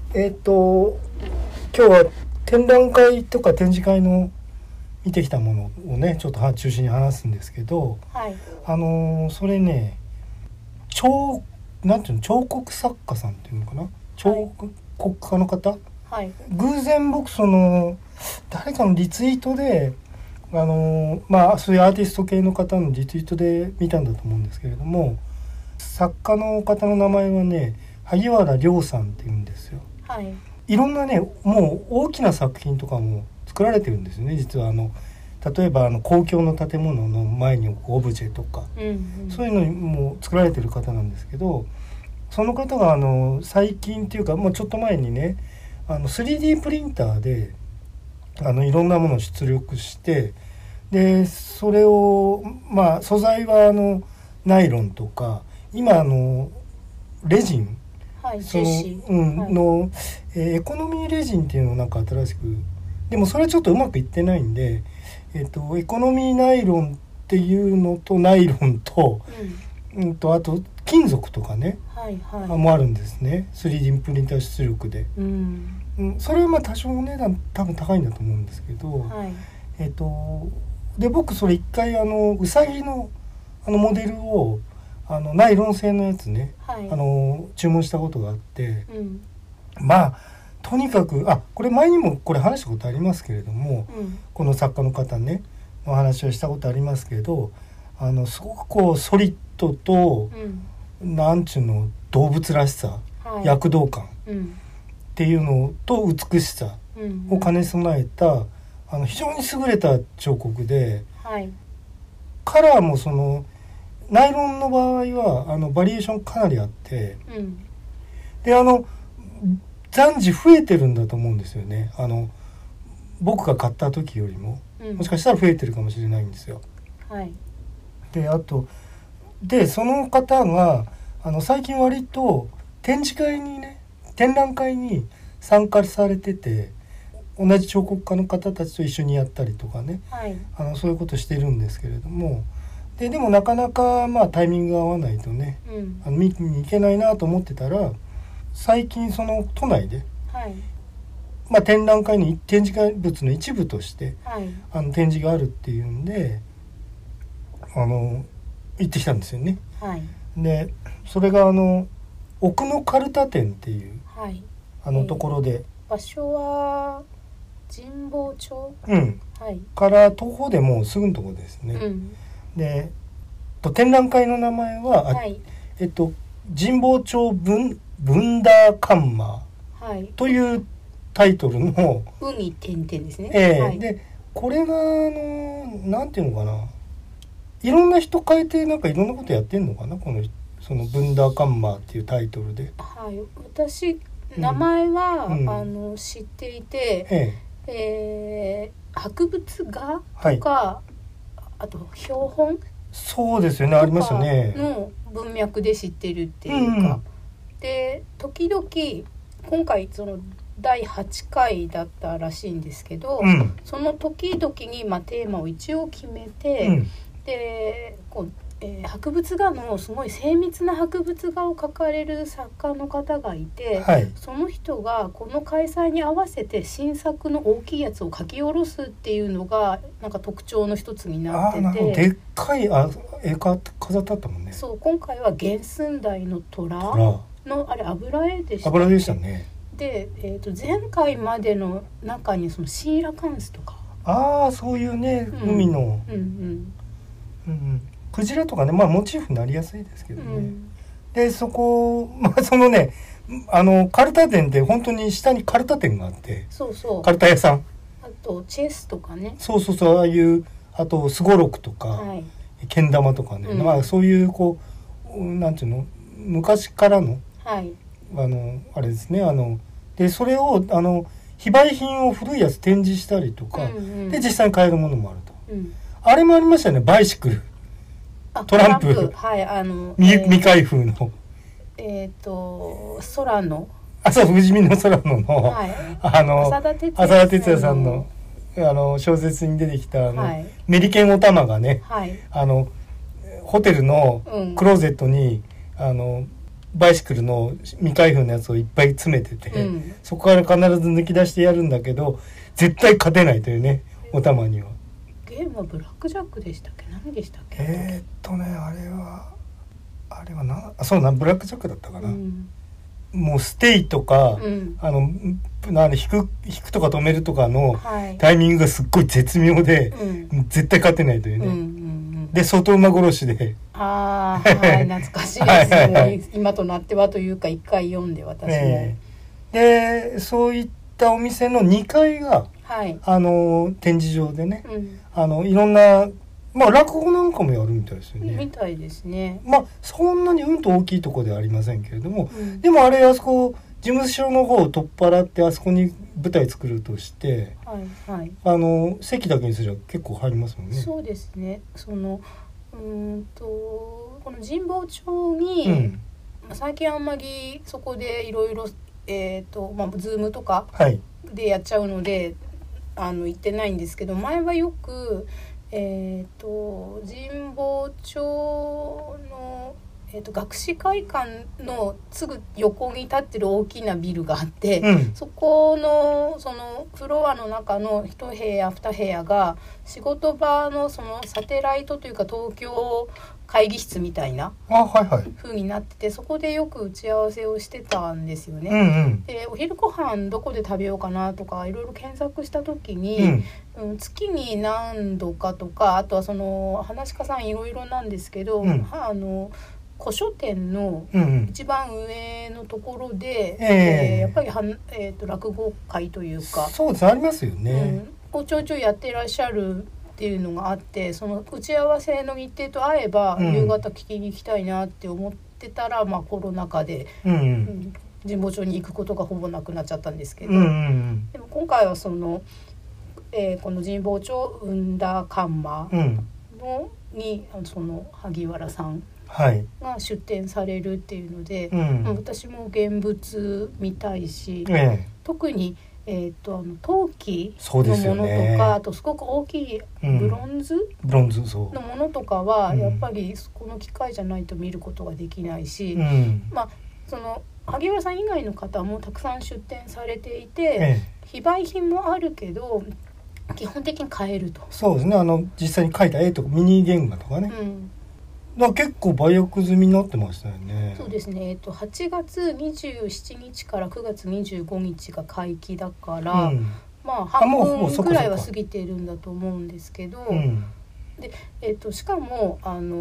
今日は展覧会とか展示会の見てきたものをねちょっと中心に話すんですけど、 はい、 それねなんていうの、彫刻作家さんっていうのかな、彫刻家の方、 はい、 偶然僕誰かのリツイートでそういうアーティスト系の方のリツイートで見たんだと思うんですけれども、作家の方の名前はね萩原亮さんっていうんですよ。 はい、 いろんなねもう大きな作品とかも作られてるんですよね。実は例えば公共の建物の前に置くオブジェとか、そういうのも作られてる方なんですけど、その方が最近っていうか、ちょっと前にね3D プリンターでいろんなものを出力して、でそれを素材はナイロンとか、今レジン、 はい、 のエコノミーレジンっていうのをなんか新しく、でもそれはちょっとうまくいってないんで、エコノミーナイロンっていうのとナイロンと、あと金属とかね、もあるんですね、 3D プリンター出力で、それは多少お値段多分高いんだと思うんですけど、で僕それ一回うさぎのモデルをナイロン製のやつね、注文したことがあって、とにかくこれ前にもこれ話したことありますけれども、この作家の方ねお話をしたことありますけど、すごくこうソリッドと、なんちゅうの動物らしさ、躍動感、っていうのと美しさを兼ね備えた非常に優れた彫刻で、カラーもナイロンの場合はバリエーションかなりあって、で暫時増えてるんだと思うんですよね。僕が買った時よりも、もしかしたら増えてるかもしれないんですよ。であとその方が最近割と展覧会に参加されてて、同じ彫刻家の方たちと一緒にやったりとかね、そういうことしてるんですけれども、でもなかなかタイミングが合わないとね、見に行けないなと思ってたら、最近都内で、展覧会に展示会物の一部として、展示があるっていうんで行ってきたんですよね。でそれが奥のカルタ展っていう、ところで、 場所は神保町、 から徒歩でもうすぐのところですね。で展覧会の名前は、神保町ブンダーカンマーというタイトルの海点々ですね。 でこれがなんていうのかな、いろんな人変えてなんかいろんなことやってんのかな、そのブンダーカンマーっていうタイトルで。 私名前は、知っていて、博物画とか、あと標本、 そうですよね、ありますよねの文脈で知ってるっていうか、で時々今回第8回だったらしいんですけど、その時々にテーマを一応決めて、で博物画のすごい精密な博物画を描かれる作家の方がいて、その人がこの開催に合わせて新作の大きいやつを描き下ろすっていうのがなんか特徴の一つになってて、 でっかい絵飾ってあったもんね。 そう、今回は原寸大の虎のあれ油絵でしたっけ。 油絵でしたね。 で、前回までの中にシーラカンスとか、 そういうね、海の、クジラとかね、モチーフになりやすいですけどね。でそこカルタ店って本当に下にカルタ店があって、カルタ屋さん、 あとチェスとかね、 ああいう、あとすごろくとか、けん玉とかね、そういうなんていうの、昔からの、あれですね、でそれを非売品を古いやつ展示したりとか、で実際に買えるものもあると、あれもありましたよね、バイシクル、トランプ、未開封の空の、 不死身の空のの、浅田哲也さんの小説に出てきたメリケンお玉がね、ホテルのクローゼットにバイシクルの未開封のやつをいっぱい詰めてて、そこから必ず抜き出してやるんだけど絶対勝てないというね、お玉には。 ゲームはブラックジャックでしたっけ、何でしたっけ。 あれはそうな、ブラックジャックだったかな、もうステイとか、引くとか止めるとかのタイミングがすっごい絶妙で、絶対勝てないというね、で外馬殺しではい、懐かしいですね今となってはというか1回読んで私も、 でそういったお店の2階が、展示場でね、いろんな落語なんかもやるみたいですよね。 みたいですね。 そんなにと大きいところではありませんけれども、でもあそこ事務所の方を取っ払ってあそこに舞台作るとして、席だけにすれば結構入りますもんね。 そうですね。この神保町に、最近あんまりそこでいろいろズームとかでやっちゃうので、行ってないんですけど、前はよく神保町の、学士会館のすぐ横に立ってる大きなビルがあって、そこのそのフロアの中の1部屋2部屋が仕事場のそのサテライトというか東京会議室みたいな風になってて、そこでよく打ち合わせをしてたんですよね。でお昼ご飯どこで食べようかなとかいろいろ検索した時に、月に何度かとか、あとはその話し家さんいろいろなんですけど、古書店の一番上のところで、やっぱり落語会というか、 そうですありますよね、 ちょいちょいやってらっしゃるっていうのがあって、その打ち合わせの日程と合えば、夕方聞きに行きたいなって思ってたら、コロナ禍で、神保町に行くことがほぼなくなっちゃったんですけど、でも今回はその、この神保町運田カンマにその萩原さんが出展されるっていうので、私も現物見たいし、特に陶器のものとか、あとすごく大きいブロンズのものとかは、やっぱりこの機会じゃないと見ることができないし、その萩原さん以外の方もたくさん出展されていて、非売品もあるけど基本的に買えると。 そうですね、実際に描いた絵とかミニ原画とかね、結構売約済みになってましたよね。 そうですね、8月27日から9月25日が会期だから、半分くらいは過ぎてるんだと思うんですけど、で、しかも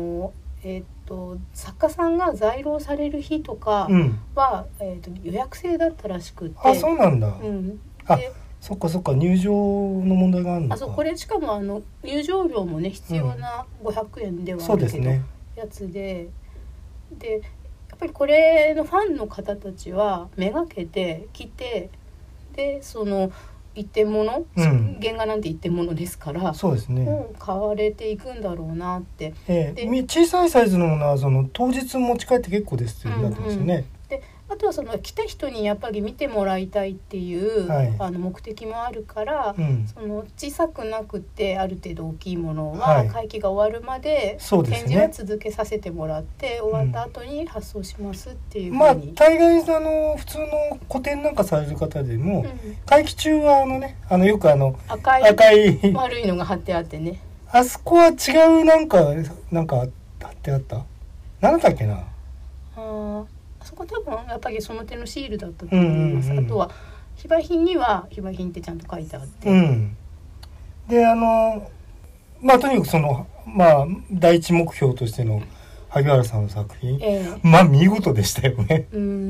作家さんが在廊される日とかは、予約制だったらしくて。 そうなんだ。でそっか入場の問題があるのか。 これしかも入場料もね必要な500円ではあるけど、やつでやっぱりこれのファンの方たちはめがけて来て、でその一点物、原画なんて一点物ですから、 そうですね、 もう買われていくんだろうなって、 で小さいサイズのものはその当日持ち帰って結構ですってなってますよね。 であとはその来た人にやっぱり見てもらいたいっていう、目的もあるから、その小さくなくてある程度大きいものは会期が終わるまで展示は続けさせてもらって、終わった後に発送しますっていうふうに、 大概普通の個展なんかされる方でも、会期中はよく赤い丸いのが貼ってあってね、 あそこは違うなんか貼ってあった、何だっけな、 そこ多分やっぱりその手のシールだったと思います。あとは非売品には非売品ってちゃんと書いてあって、 でとにかくその第一目標としての萩原さんの作品、見事でしたよね。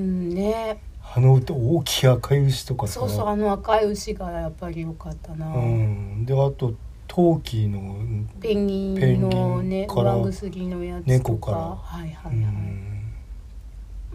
大きい赤い牛とかさ、 赤い牛がやっぱり良かったな。 であと陶器のペンギンのね、上薬のやつとか、 猫から、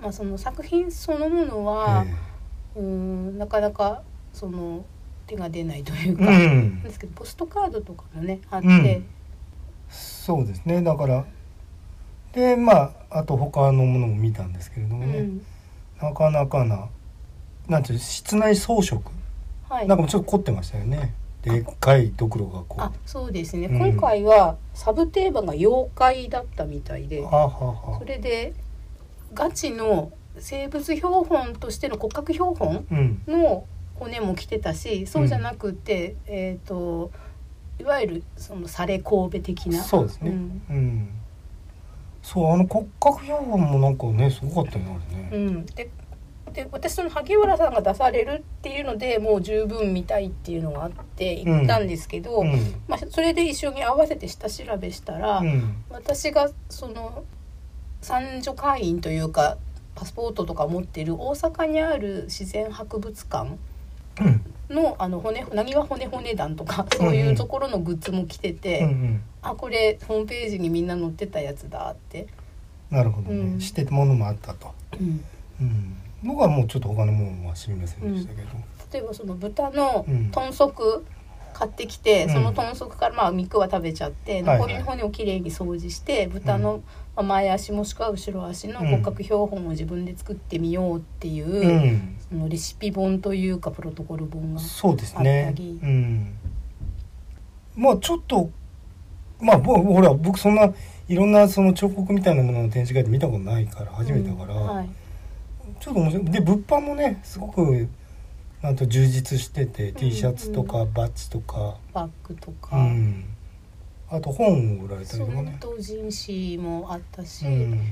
その作品そのものは、なかなかその手が出ないというか、ですけどポストカードとかもねあって、 そうですね。だからであと他のものも見たんですけれどもね、なかなかなんていう室内装飾、なんかもちょっと凝ってましたよね。でっかいドクロがこう。 そうですね、今回はサブテーマが妖怪だったみたいで、それでガチの生物標本としての骨格標本の骨も着てたし、そうじゃなくて、いわゆるそのサレ神戸的な。 そうですね。そう骨格標本もなんかねすごかったよねあれね。 で私その萩原さんが出されるっていうのでもう十分見たいっていうのがあって行ったんですけど、それで一緒に合わせて下調べしたら、私がその参助会員というかパスポートとか持ってる大阪にある自然博物館のなにわ骨団とかそういうところのグッズも来てて、これホームページにみんな載ってたやつだって。 なるほどね、知ってたものもあったと。僕はもうちょっと他のものは知りませんでしたけど、 例えばその豚の豚足買ってきて、その豚足から肉は食べちゃって、残りの骨をきれいに掃除して、豚の前足もしくは後ろ足の骨格標本を自分で作ってみようっていう、そのレシピ本というかプロトコル本があったり。そうですね。 ちょっとほら僕そんないろんなその彫刻みたいなものの展示会で見たことないから初めてだから、ちょっと面白い。で物販もねすごくなんと充実してて、T シャツとかバッジとかバッグとか、 あと本を売られたりとかね。 同人誌もあったし、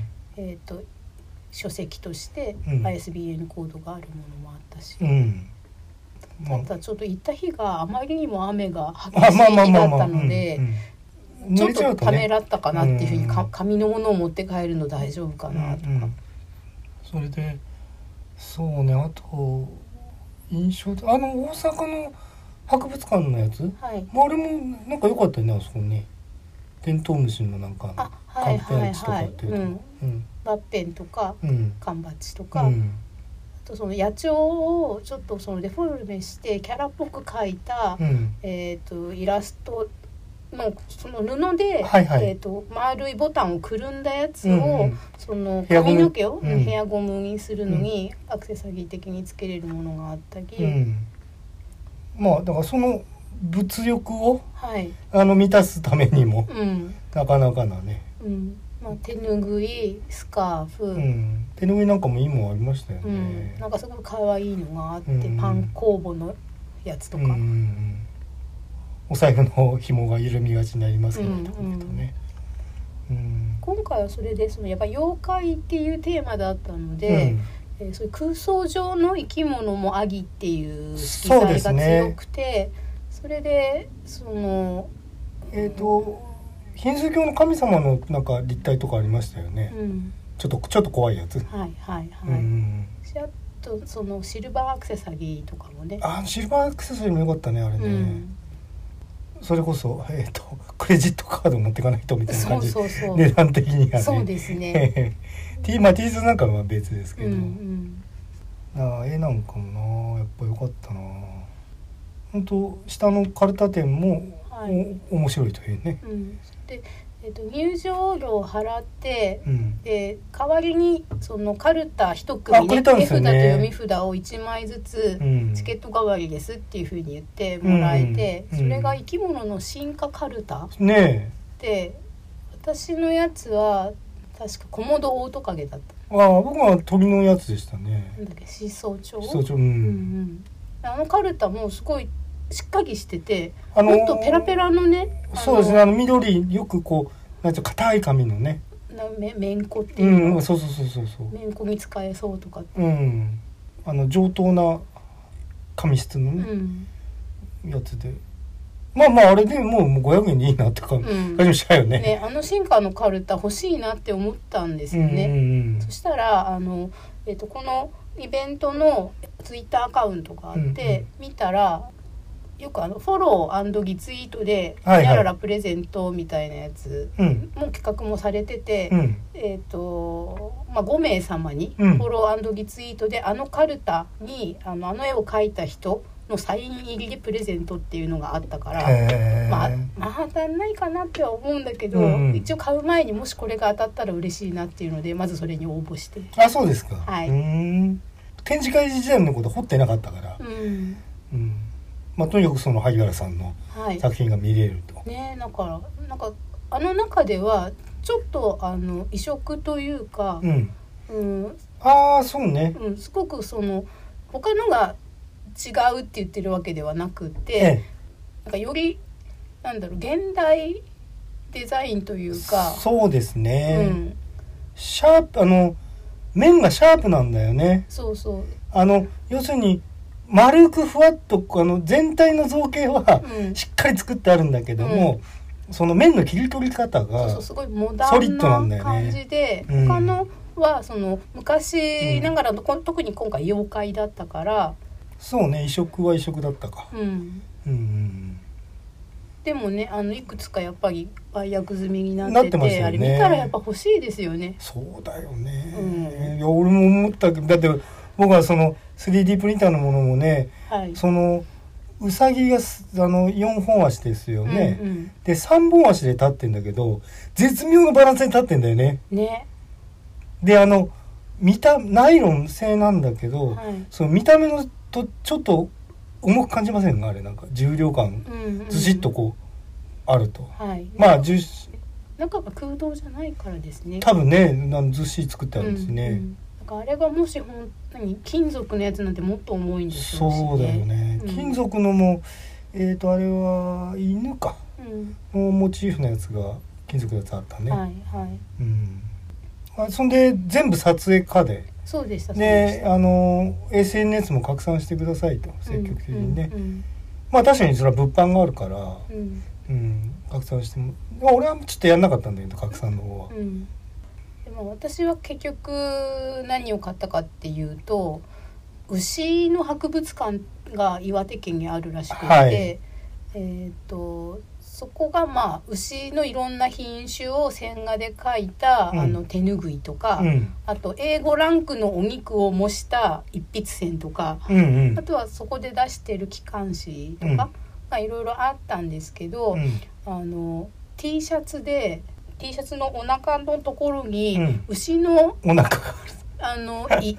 書籍として ISBN コードがあるものもあったし、ただちょっと行った日があまりにも雨が激しい日だったのでちょっとためらったかなっていうふうに、紙のものを持って帰るの大丈夫かなとか、 それでそうね、あと印象で大阪の博物館のやつ、あれもなんか良かったよね。あそこねテントウムシのなんか缶ペンチとかっていうワッペンとか缶バッジとか、あとその野鳥をちょっとそのデフォルメしてキャラっぽく描いた、イラストのその布で、丸いボタンをくるんだやつを、その髪の毛をヘアゴムにするのにアクセサリー的につけれるものがあったり、 だからその物欲を、満たすためにも、なかなかなね、 手ぬぐい、スカーフ、 手ぬぐいなんかもいいもんありましたよね。 なんかすごく可愛いのがあって、パン工房のやつとか、 お財布の紐が緩みがちになりますけどね。 今回はそれでやっぱ妖怪っていうテーマだったので、そういう空想上の生き物もアギっていう色彩が強くて、それでそのヒンズー教の神様のなんか立体とかありましたよね。ちょっと怖いやつ。あとそのシルバーアクセサリーとかもね。 シルバーアクセサリーも良かったねあれね。それこそクレジットカード持っていかないとみたいな感じ。値段的にはね。 そうですね。 T シャツなんかは別ですけど。絵なんかもなやっぱ良かったな。本当下のカルタ展も面白いというね。 で入場料を払って、で代わりにそのカルタ一組ね、手札と読み札を1枚ずつチケット代わりですっていう風に言ってもらえて、それが生き物の進化カルタで、私のやつは確かコモドオオトカゲだった。 僕は鳥のやつでしたね。 なんだっけ、シソチョウ。カルタもすごいしっかりしてて、もっとペラペラのね、 そうですね、緑よくなんていう硬い紙のね、 めんこっていうの、 そうめんこに使えそうとか、 上等な紙質のね、やつで、あれでもう500円でいいなって感じしたよね。 進化のカルタ欲しいなって思ったんですよね。そしたらこのイベントのツイッターアカウントがあって、見たらよくフォロー&リツイートでニャララプレゼントみたいなやつも企画もされてて、5名様にフォロー&リツイートでカルタに絵を描いた人のサイン入りでプレゼントっていうのがあったから、当たんないかなっては思うんだけど、一応買う前にもしこれが当たったら嬉しいなっていうのでまずそれに応募して。 そうですか。展示会自体のこと掘ってなかったから、とにかくその萩原さんの作品が見れると、 だからなんか中ではちょっと異色というか、 うん、 ああそうね、 うん、すごくその他のが違うって言ってるわけではなくて、なんかよりなんだろう現代デザインというか、 そうですね、うん、シャープ面がシャープなんだよね。 そうそう、 要するに丸くふわっと全体の造形はしっかり作ってあるんだけども、うん、その面の切り取り方がそうすごいモダンな感じで、 うん、 他のはその昔ながらの、うん、特に今回妖怪だったから、 そうね、異色は異色だったか、 うんうんうん、でもねいくつかやっぱり売約済みになってて、 ましたよね、 あれ見たらやっぱ欲しいですよね。 そうだよね、 うん、 いや俺も思ったけど、だって僕はその 3D プリンターのものもね、 はい、 そのうさぎが4本足ですよね、 うんうん、 で3本足で立ってんだけど絶妙なバランスで立ってんだよね。でナイロン製なんだけど、はい、その見た目のとちょっと重く感じませんか？あれなんか重量感、ずしっとこうあると、 はい、 まあ中が空洞じゃないからですね。 多分ねずっしり作ってあるんですね、 うんうん、だからあれがもし本当に金属のやつなんてもっと重いんですよね。 そうだよね、うん、金属のもあれは犬か、うん、モチーフのやつが金属のやつあったね、 はいはい、 うん、そんで全部撮影家で、 そうでしたでSNS も拡散してくださいと積極的にね、 うんうんうん、 まあ確かにそれは物販があるから、 うんうん、拡散しても俺はちょっとやんなかったんだけど拡散の方は、 うん、でも私は結局何を買ったかっていうと牛の博物館が岩手県にあるらしくて、はい、そこがまあ牛のいろんな品種を線画で描いた、うん、手ぬぐいとか、うん、あと A5 ランクのお肉を模した一筆線とか、うんうん、あとはそこで出してる機関紙とかがいろいろあったんですけど、うん、T シャツのお腹のところに牛の、 お腹が第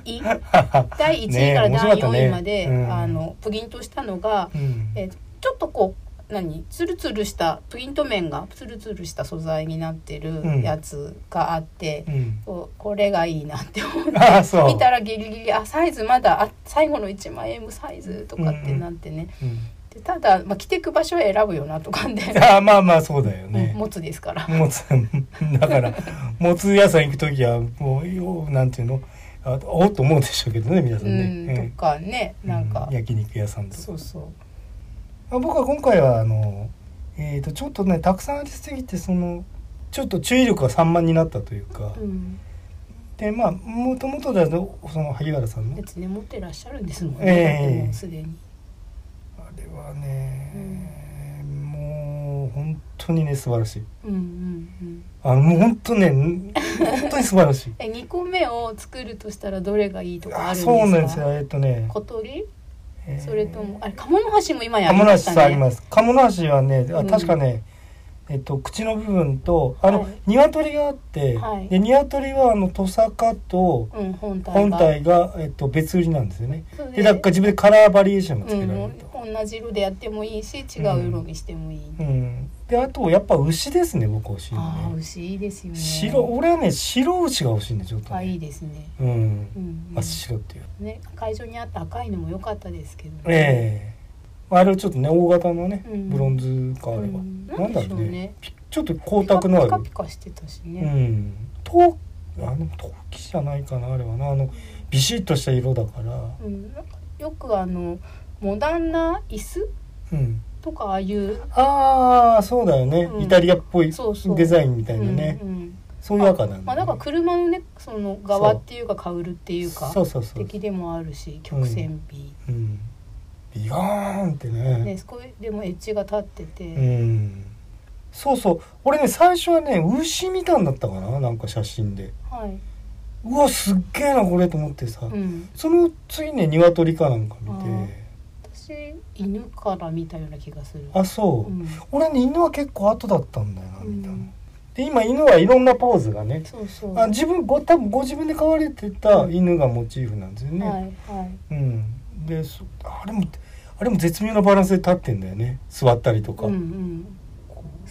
1位から第4位まで、ね、プリントしたのが、ちょっとこうツルツルしたプリント面がツルツルした素材になってるやつがあって、これがいいなって思って見たらギリギリサイズまだ最後の1万円サイズとかってなってね、でただ、着ていく場所は選ぶよなとかでまあそうだよね、 もつですからだからもつ屋さん行くときはもうなんていうのおっと思うでしょうけどね皆さんね、 とかねなんか、 焼肉屋さんとかそう僕は今回はちょっとねたくさんありすぎてちょっと注意力が散漫になったというか、でまあもともとだと萩原さんの別に持ってらっしゃるんですもんね、もうすでにあれはね、もう本当にね素晴らしい、もう本当ね本当に素晴らしい 2個目を作るとしたらどれがいいとかあるんですか？ そうなんですよ小鳥それとも鴨の橋も今やりましたね。 あります。鴨の橋はね、確かね、口の部分と鶏があって、で鶏はトサカと本体が別売りなんですよね。でだから自分でカラーバリエーションがつけられると。 同じ色でやってもいいし、違う色にしてもいい。 であとやっぱ牛ですね、僕欲しいのね。 牛いいですよね。 俺はね白牛が欲しいんでちょっと、ね。 いいですね。 真っ白っていう。 ね、会場にあった赤いのも良かったですけどね。 あれちょっとね大型のね、ブロンズがあれば、なんだろうね。ちょっと光沢のある。 ピカピカしてたしね。 陶器じゃないかなあれはなビシッとした色だから。 よくモダンな椅子。とかああいうそうだよね、イタリアっぽいデザインみたいなね、そういう赤なんだ、 だから車のねその側っていうかカウルっていうか敵でもあるし曲線美、 ビヨーンってねすごいでもエッジが立ってて、 そう俺ね最初はね牛見たんだったかな、なんか写真で、うわすっげえなこれと思ってさ、その次ね鶏かなんか見て、 犬から見たような気がする。 そう、俺ね犬は結構後だったんだよな、見たの。で今犬はいろんなポーズがね、多分ご自分で飼われてた犬がモチーフなんですよね。であれも絶妙なバランスで立ってんだよね、座ったりとか、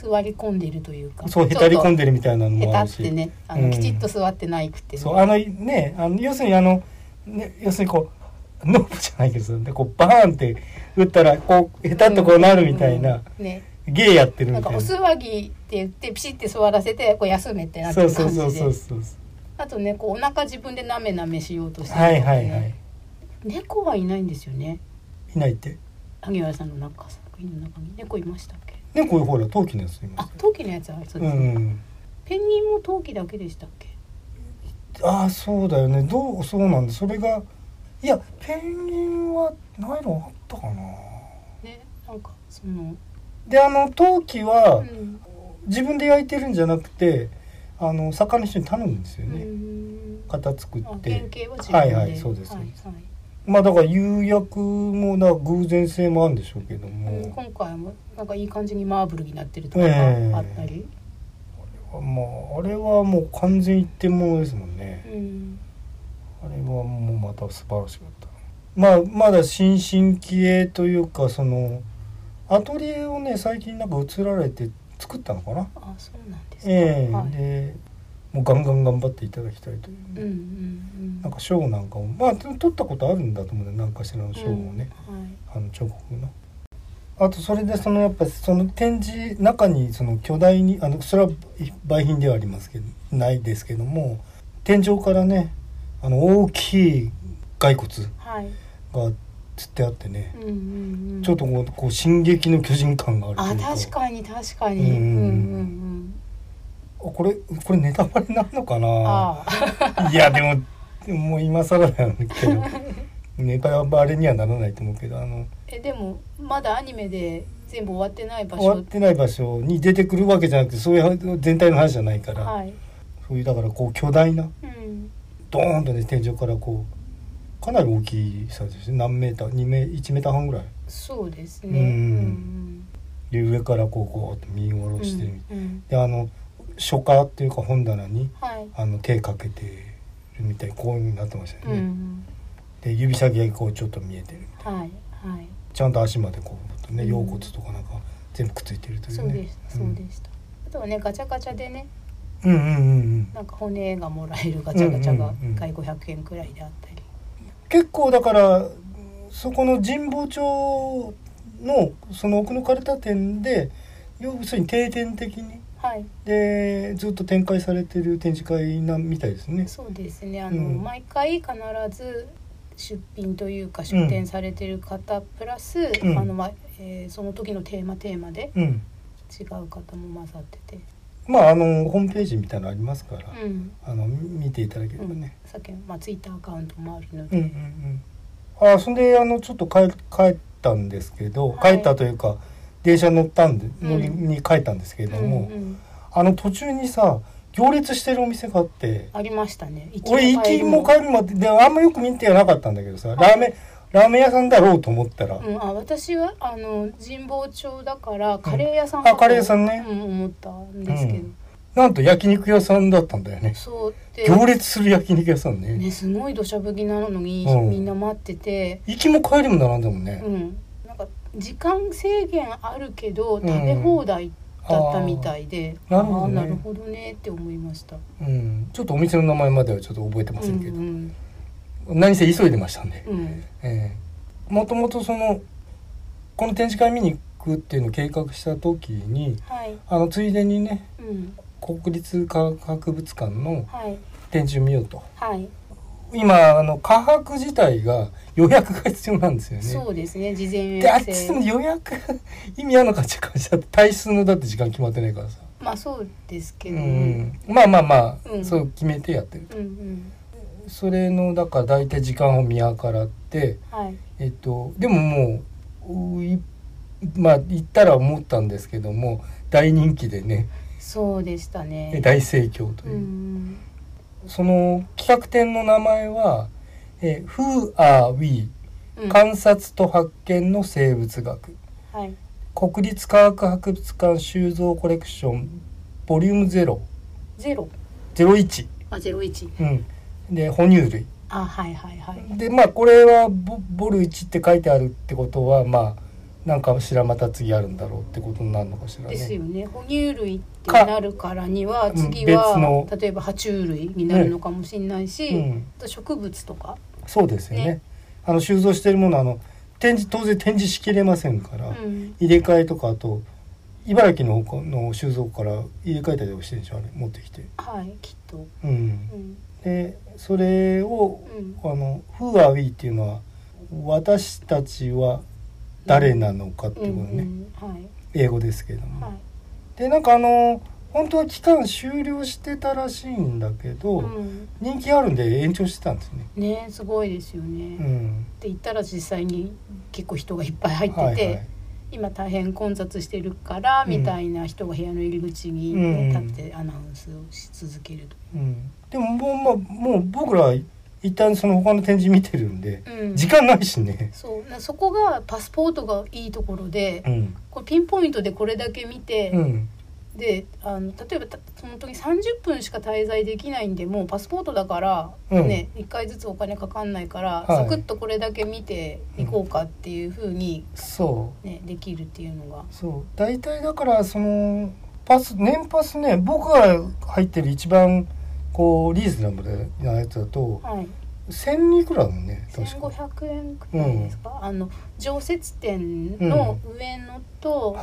座り込んでるというか、 そうへたり込んでるみたいなのもあるし、 へたってねきちっと座ってないくて、ね、 そうね要するにね、要するにこうノブじゃないけどでこうバーンって打ったらこうへたっとこうなるみたいな、 ね、 芸やってるみたいな。 なんかお座りって言ってピシッて座らせてこう休めってなってる感じで、 そうあとねこうお腹自分でなめなめしようとしてるとかね、 はいはいはい、 猫はいないんですよね。 いないって？ 萩原さんの中作品の中に猫いましたっけ？ 猫ほら陶器のやついます。 あ、陶器のやつはそうですね、ペンギンも陶器だけでしたっけ？ ああそうだよね。そうなんだ。それがいやペンギンはナイロンあったかな。 ね、なんかそので陶器は、自分で焼いてるんじゃなくて作家の人に頼むんですよね。型作って原型は自分で、 はいそうです、はいはい、まあだから釉薬も偶然性もあるんでしょうけども、 今回もなんかいい感じにマーブルになってるとかあったり、 あれはもう完全一点物ですもんね、あれはもうまた素晴らしかった。まだ新進気鋭というかそのアトリエをね最近なんか移られて作ったのかな。 あ、そうなんですか、はい、 でもうガンガン頑張っていただきたいという、なんか賞なんかも取ったことあるんだと思うね、何かしらの賞をね、彫刻の。あとそれでやっぱその展示中にその巨大にそれは売品ではありますけどないですけども、天井からね大きい骸骨がつってあってね、ちょっとこう進撃の巨人感があるというか。 確かに、 これネタバレなのかな。いやでもう今更だけどネタバレにはならないと思うけどでもまだアニメで全部終わってない場所に出てくるわけじゃなくて、そういう全体の話じゃないから、そういうだからこう巨大な、ドーンとね天井からこうかなり大きさですね。何メーター1メーター半ぐらい。 そうですね、 で上からこうって見下ろしてる、で書家っていうか本棚に、手かけてるみたいにこういう風になってましたよね、で指先がこうちょっと見えてるみたいな、ちゃんと足までこうね、腰骨とかなんか全部くっついてるというね。 そうでした。あとはねガチャガチャでね、なんか骨がもらえるガチャガチャが1回500円くらいであったり、 結構だからそこの神保町のその奥の枯れた店で要するに定点的に、でずっと展開されてる展示会みたいですね。 そうですね、毎回必ず出品というか出展されてる方プラス、その時のテーマで違う方も混ざってて、 ホームページみたいなのありますから、見ていただければね、 さっきツイッターアカウントもあるので、 そんでちょっと帰ったんですけど、帰ったというか電車乗りに帰ったんですけれども、途中にさ行列してるお店があって、 ありましたね。 俺行きも帰りもであんまよく見てなかったんだけどさ、ラーメン屋さんだろうと思ったら、 私は神保町だからカレー屋さんかとカレー屋さんね、 思ったんですけど、 なんと焼肉屋さんだったんだよね。 そうで行列する焼肉屋さんね。 すごい土砂降りなのに、みんな待ってて、 行きも帰りも並んだもんね。 なんか時間制限あるけど食べ放題だったみたいで、なるほどねって思いました。 ちょっとお店の名前まではちょっと覚えてませんけど、何せ急いでましたんで、もともとこの展示会見に行くっていうのを計画した時に、ついでにね、国立科学博物館の展示を見ようと、今科博自体が予約が必要なんですよね。 そうですね、事前予約制で、あっちでも予約意味あるのかって感じだって、体数のだって時間決まってないからさ。 そうですけど、 そう決めてやってると、それのだから大体時間を見計らって、でももう行ったら思ったんですけども、大人気でね。 そうでしたね、 大盛況という、その企画展の名前はWho are we? 観察と発見の生物学、国立科学博物館収蔵コレクションボリューム01で哺乳類、でこれはボル1って書いてあるってことはなんかしらまた次あるんだろうってことになるのかしらね。 ですよね。哺乳類ってなるからには次は例えば爬虫類になるのかもしれないし、あと植物とか。 そうですよね。収蔵しているものは当然展示しきれませんから、入れ替えとか、あと茨城の収蔵庫から入れ替えたりとかしてるんでしょ、あれ持ってきて。 はい、きっと。 でそれをWho are weっていうのは私たちは誰なのかっていうことね、英語ですけども、でなんか本当は期間終了してたらしいんだけど、人気あるんで延長してたんですね。 ね、すごいですよね。って言ったら実際に結構人がいっぱい入ってて、今大変混雑してるからみたいな人が部屋の入り口に、立ってアナウンスをし続けると。でももう僕ら一旦その他の展示見てるんで、時間ないしね。 そこがパスポートがいいところで、これピンポイントでこれだけ見て、で例えばその時30分しか滞在できないんで、もうパスポートだからね、1回ずつお金かかんないから、サクッとこれだけ見ていこうかっていう風に、できるっていうのが。 大体だからその年パスね、僕が入ってる一番こうリーズナブルなやつだと、1000いくらだね、確か 1500円くらいですか。常設展の上野と、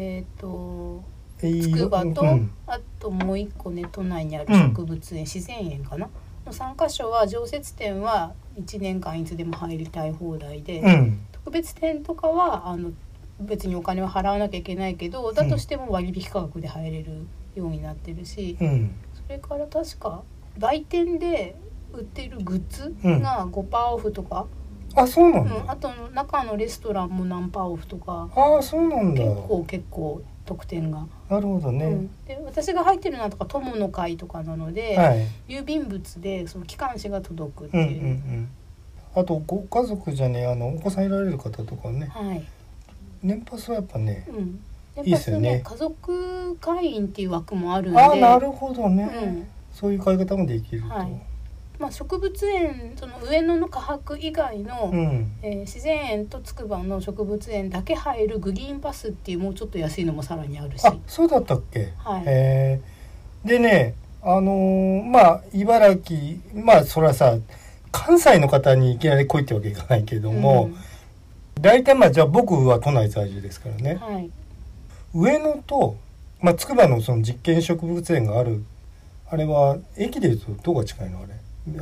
筑波と、あともう一個ね、都内にある植物園、自然園かなの3カ所は、常設展は1年間いつでも入りたい放題で、特別展とかは別にお金は払わなきゃいけないけど、だとしても割引価格で入れるようになってるし、それから確か売店で売ってるグッズが 5% オフとか、 そうなんだ。 あと中のレストランも何パーオフとか、 そうなんだ。 結構特典が。 なるほどね。 で私が入ってるのはとか友の会とかなので、郵便物でその機関誌が届くっていう、あとご家族じゃね、お子さんいられる方とかね、年パスはやっぱね、いいですよね。 家族会員っていう枠もあるんで。 なるほどね、そういう買い方もできると。 植物園、その上野の科博以外の、自然園と筑波の植物園だけ入るグリーンパスっていうもうちょっと安いのもさらにあるし。 そうだったっけ。でね、茨城、それはさ、関西の方にいきなり来いってわけいかないけども、大体じゃあ僕は都内在住ですからね、上野と、筑波のその実験植物園がある、あれは駅でいうとどこが近いの、あれ。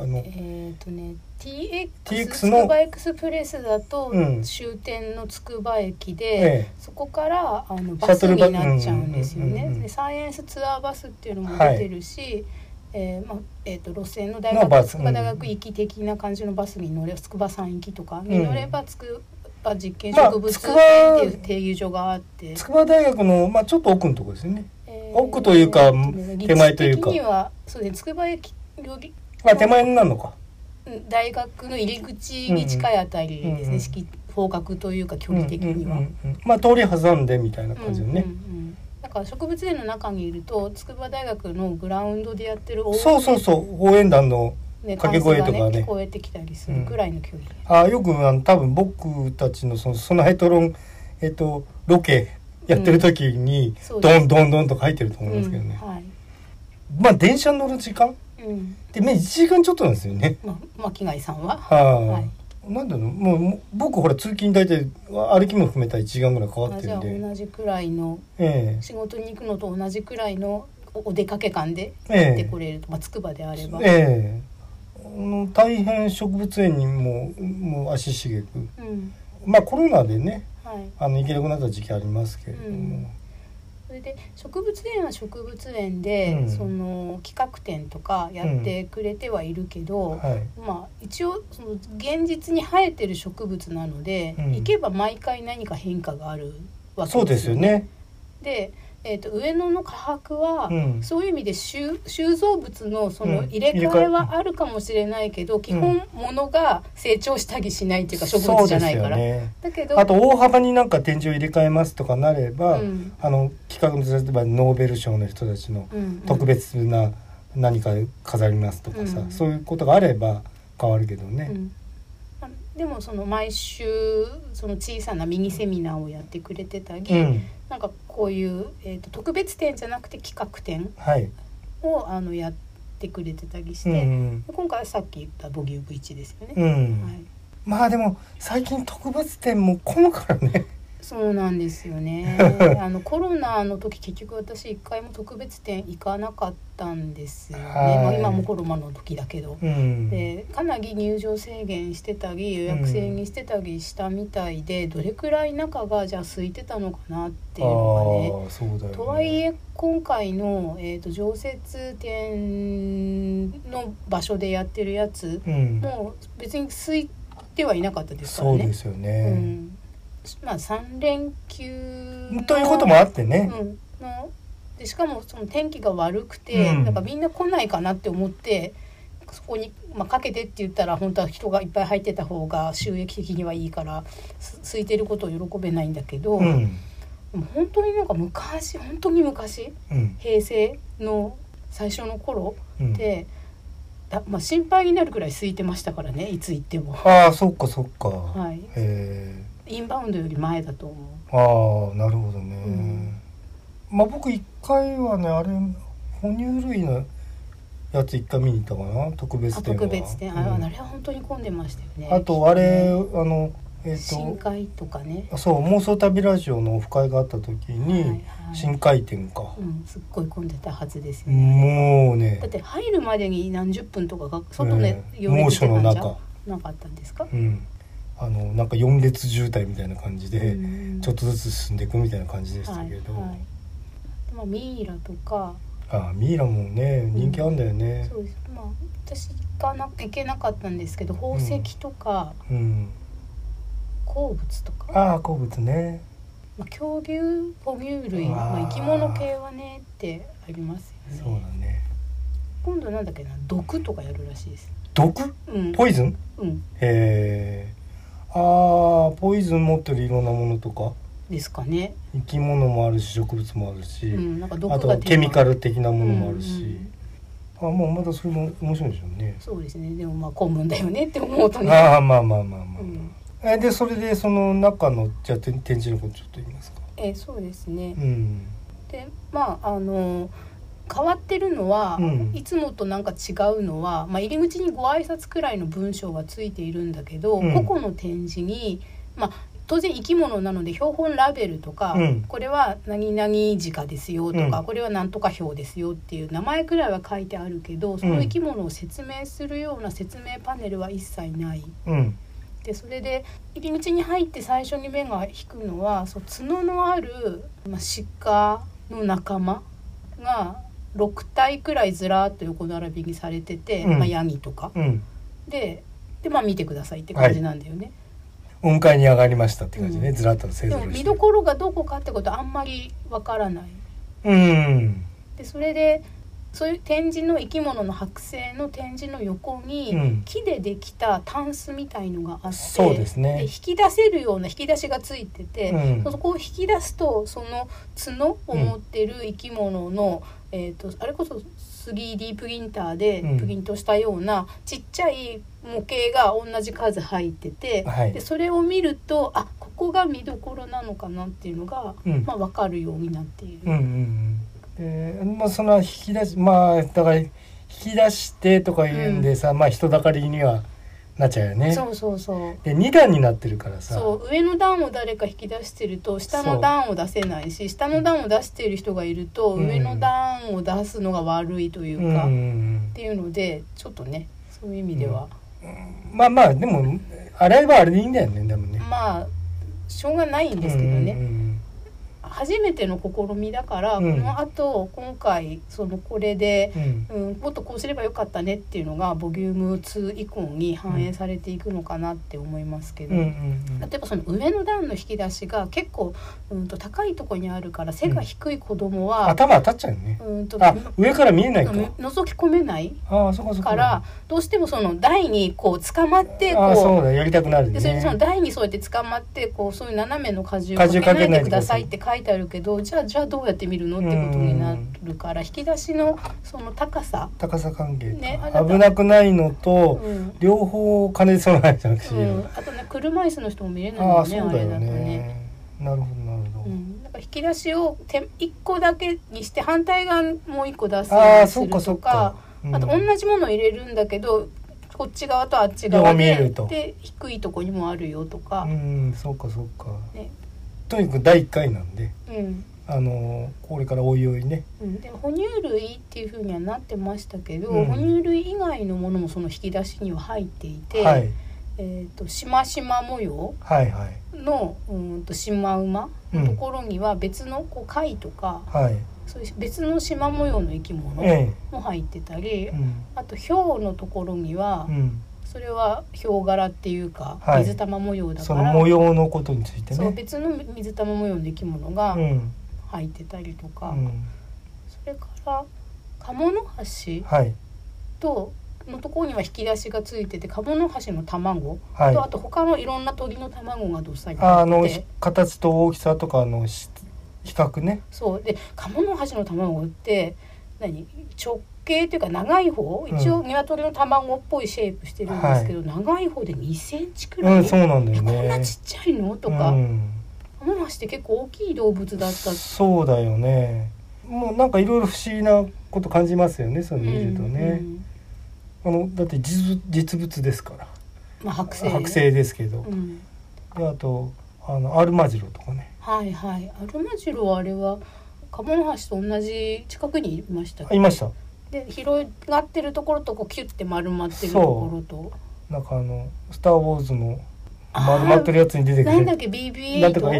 TX つくばエクスプレスだと終点のつくば駅で、そこからバスになっちゃうんですよね。でサイエンスツアーバスっていうのも出てるし、路線の大学筑波大学行き的な感じのバスに乗れば、筑波山行きとかに乗れば筑波実験植物園っていう停留所があって、 筑波大学のちょっと奥のところですよね。奥というか手前というか、 的にはそうですね、つくば駅より手前になるのか。 大学の入り口に近いあたりですね、方角というか距離的には、 通り挟んでみたいな感じよね。 だから植物園の中にいると筑波大学のグラウンドでやってる応援団の掛け声とかね、 聞こえてきたりするくらいの距離。 よく多分僕たちのそのヘトロンロケやってる時にドンドンドンと書いてると思いますけどね。電車に乗る時間で1時間ちょっとなんですよね。 巻貝さんは。 なんだろう、もう僕ほら通勤大体歩きも含めたら1時間ぐらいかかってるんで。 じゃあ同じくらいの、仕事に行くのと同じくらいのお出かけ感で行ってこれると、つくばであれば。大変植物園にも足しげく、コロナでね、行けなくなった時期ありますけれども。それで植物園は植物園で、その企画展とかやってくれてはいるけど、一応その現実に生えてる植物なので、行けば毎回何か変化があるわけですよね。 そうですよね。 で、上野の科博は、そういう意味で収蔵物のその入れ替えはあるかもしれないけど、基本物が成長したりしないっていうか、植物じゃないから。だけどあと大幅になんか展示を入れ替えますとかなれば、企画の例えばノーベル賞の人たちの特別な何か飾りますとかさ、そういうことがあれば変わるけどね。 でもその毎週その小さなミニセミナーをやってくれてたり、なんかこういう、特別展じゃなくて企画展を、やってくれてたりして、今回はさっき言ったボギューブ1ですよね。 まあでも最近特別展も混むからね。 そうなんですよね。コロナの時結局私一回も特別展行かなかったんですよね。今もコロナの時だけど、でかなり入場制限してたり予約制にしてたりしたみたいで、どれくらい中がじゃあ空いてたのかなっていうのがね。 そうだよね。 とはいえ今回の、常設展の場所でやってるやつ、もう別に空いてはいなかったですからね。 そうですよね。 まあ、3連休ということもあってね、 でしかもその天気が悪くて、なんかみんな来ないかなって思ってそこに、かけてって言ったら本当は人がいっぱい入ってた方が収益的にはいいから空いてることを喜べないんだけど、でも本当になんか本当に昔、平成の最初の頃って、心配になるくらい空いてましたからね、いつ行っても。 そっかそっか。 インバウンドより前だと思う。なるほどね。僕一回はね、あれ哺乳類のやつ一回見に行ったかな、特別展は。 特別展、あれは本当に混んでましたよね。 あとあれ、 深海とかね。 そう妄想旅ラジオのオフ会があった時に、深海展か、 すっごい混んでたはずですよね。 もうね、 だって入るまでに何十分とかが外で猛暑の中なかったんですか。 なんか4列渋滞みたいな感じでちょっとずつ進んでいくみたいな感じでしたけど、 ミイラとかミイラもね人気あるんだよね。 そうです。私行けなかったんですけど、宝石とか、鉱物とか、 鉱物ね、 恐竜哺乳類、生き物系はねってありますよね。 そうだね。 今度なんだっけな、毒とかやるらしいです。 毒？ポイズン？ポイズン持ってるいろんなものとかですかね。 生き物もあるし植物もあるし、 なんか毒があとケミカル的なものもあるし、もうまだそれも面白いでしょうね。 そうですね。でも混むんだよねって思うとね。 でそれでその中のじゃあ展示のことちょっと言いますか。 そうですね。で変わってるのは、いつもとなんか違うのは、入り口にご挨拶くらいの文章はついているんだけど、個々の展示に、当然生き物なので標本ラベルとか、これは何々鹿ですよとか、これはなんとか標ですよっていう名前くらいは書いてあるけど、その生き物を説明するような説明パネルは一切ない。でそれで入り口に入って最初に目が引くのは、角のある、鹿の仲間が6体くらいずらーっと横並びにされてて、ヤギとか、で見てくださいって感じなんだよね。 雲海に上がりましたって感じね、ずらっと勢ぞろいして。 でも見どころがどこかってことはあんまりわからない。でそれでそういう展示の生き物の剥製の展示の横に、木でできたタンスみたいのがあって、 そうですね、 で引き出せるような引き出しがついてて、そこを引き出すとその角を持ってる生き物の、あれこそ 3D プリンターでプリントしたようなちっちゃい模型が同じ数入ってて、でそれを見るとここが見どころなのかなっていうのが、分かるようになっている。 その引き出しだから引き出してとか言うんでさ、人だかりにはなっちゃうよね。 そうで2段になってるからさ、 上の段を誰か引き出してると下の段を出せないし、下の段を出している人がいると、上の段を出すのが悪いというか、っていうのでちょっとね、そういう意味では、 でも洗えばあれでいいんだよね。でもねしょうがないんですけどね、初めての試みだから、このあと今回これで、もっとこうすればよかったねっていうのがボリューム2以降に反映されていくのかなって思いますけど、例えばその上の段の引き出しが結構、高いところにあるから背が低い子供は、 頭当たっちゃうよね。上から見えないか、 覗き込めないからどうしてもその台にこう捕まってそうだ、やりたくなるね。 でそれでその台にそうやって捕まってそういう斜めの荷重をかけないでくださいって書いてあるけど、じゃあどうやって見るのってことになるから、引き出しのその高さ関係、 ね、 危なくないのと、両方兼ね備えちゃうし、 あとね車椅子の人も見れないもんね、あれだとね。 なるほどなるほど。 だから引き出しを1個だけにして反対側もう1個出すようにするとか、あと同じものを入れるんだけどこっち側とあっち側で低いとこにもあるよとか。 そうか、ね、とにかく第1回なんで、これからおいおいね、 で哺乳類っていう風にはなってましたけど、哺乳類以外のものもその引き出しには入っていて、しましま模様の、シマウマのところには別のこう貝とか、そういう別のしま模様の生き物も入ってたり、あとヒョウのところには、それはヒョウ柄っていうか、水玉模様だから、 その模様のことについてね、 そう別の水玉模様の生き物が入ってたりとか、それからカモノハシとのところには引き出しがついてて、カモノハシの卵と、あと他のいろんな鳥の卵がどっさり入ってて、 形と大きさとかの比較ね。 そうで、カモノハシの卵って直径っていうか長い方、一応鶏の卵っぽいシェイプしてるんですけど、長い方で2センチくらい、 そうなんだよね。 こんなちっちゃいのとか、カモノハシって結構大きい動物だった。 そうだよね。もうなんかいろいろ不思議なこと感じますよね、それ見るとね。だって実物ですから、剥製ですけど、であとアルマジロとかね。 アルマジロはあれはカモノハシと同じ近くにいましたっけ？ いました。 で広がってるところとこうキュッて丸まってるところと、 なんかスターウォーズの丸まってるやつに出てくる、 なんだっけ BB8、なんとか